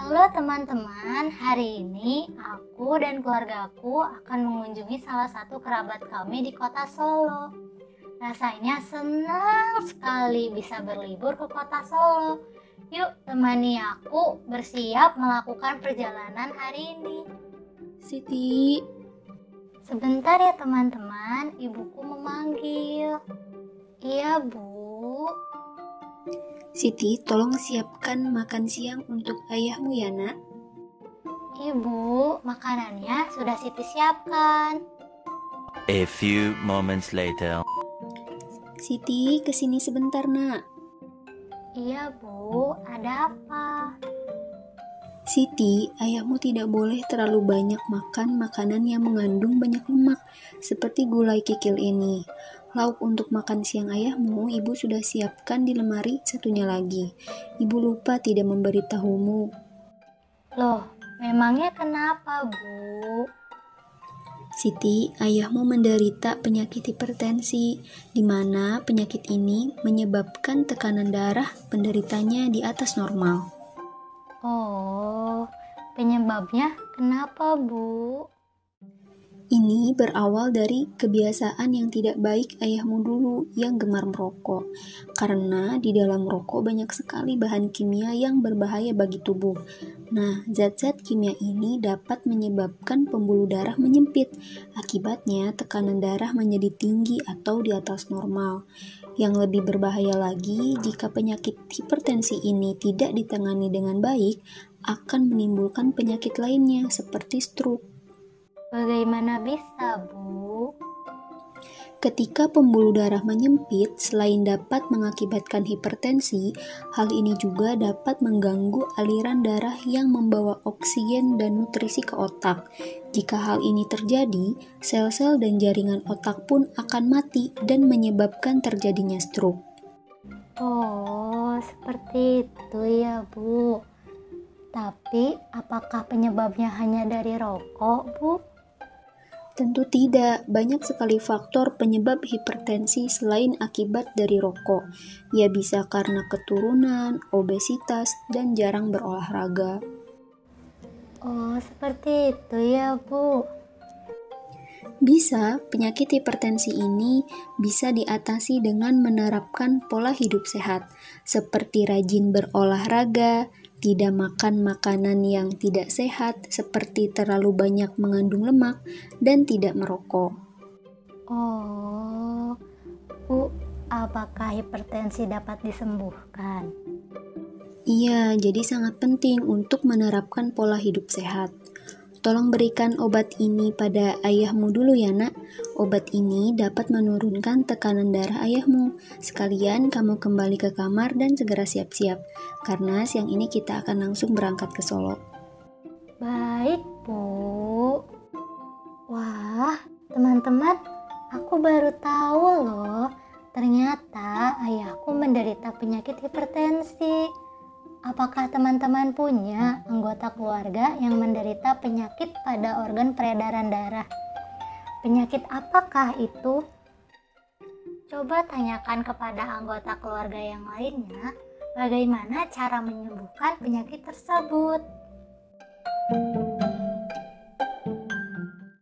Halo teman-teman, hari ini aku dan keluargaku akan mengunjungi salah satu kerabat kami di kota Solo. Rasanya senang sekali bisa berlibur ke kota Solo. Yuk temani aku bersiap melakukan perjalanan hari ini. Siti, Sebentar ya teman-teman, ibuku memanggil. Iya Bu. Siti, tolong siapkan makan siang untuk ayahmu ya, Nak. Ibu, makanannya sudah Siti siapkan. A few moments later. Siti, kesini sebentar, Nak. Iya Bu, ada apa? Siti, ayahmu tidak boleh terlalu banyak makan makanan yang mengandung banyak lemak, seperti gulai kikil ini. Lauk untuk makan siang ayahmu, ibu sudah siapkan di lemari satunya lagi. Ibu lupa tidak memberitahumu. Loh, memangnya kenapa Bu? Siti, ayahmu menderita penyakit hipertensi, di mana penyakit ini menyebabkan tekanan darah penderitanya di atas normal. Oh, penyebabnya kenapa Bu? Ini berawal dari kebiasaan yang tidak baik ayahmu dulu yang gemar merokok. Karena di dalam rokok banyak sekali bahan kimia yang berbahaya bagi tubuh. Nah, zat-zat kimia ini dapat menyebabkan pembuluh darah menyempit. Akibatnya, tekanan darah menjadi tinggi atau di atas normal. Yang lebih berbahaya lagi, jika penyakit hipertensi ini tidak ditangani dengan baik, akan menimbulkan penyakit lainnya seperti stroke. Bagaimana bisa Bu? Ketika pembuluh darah menyempit, selain dapat mengakibatkan hipertensi, hal ini juga dapat mengganggu aliran darah yang membawa oksigen dan nutrisi ke otak. Jika hal ini terjadi, sel-sel dan jaringan otak pun akan mati dan menyebabkan terjadinya stroke. Oh, seperti itu ya Bu. Tapi, apakah penyebabnya hanya dari rokok Bu? Tentu tidak, banyak sekali faktor penyebab hipertensi selain akibat dari rokok. Ia bisa karena keturunan, obesitas, dan jarang berolahraga. Oh, seperti itu ya Bu. Bisa, penyakit hipertensi ini bisa diatasi dengan menerapkan pola hidup sehat, seperti rajin berolahraga, tidak makan makanan yang tidak sehat seperti terlalu banyak mengandung lemak, dan tidak merokok. Oh, Bu, apakah hipertensi dapat disembuhkan? Iya, jadi sangat penting untuk menerapkan pola hidup sehat. Tolong berikan obat ini pada ayahmu dulu ya, Nak. Obat ini dapat menurunkan tekanan darah ayahmu. Sekalian kamu kembali ke kamar dan segera siap-siap, karena siang ini kita akan langsung berangkat ke Solo. Baik, Bu. Wah, teman-teman, aku baru tahu loh, ternyata ayahku menderita penyakit hipertensi. Apakah teman-teman punya anggota keluarga yang menderita penyakit pada organ peredaran darah? Penyakit apakah itu? Coba tanyakan kepada anggota keluarga yang lainnya, bagaimana cara menyembuhkan penyakit tersebut.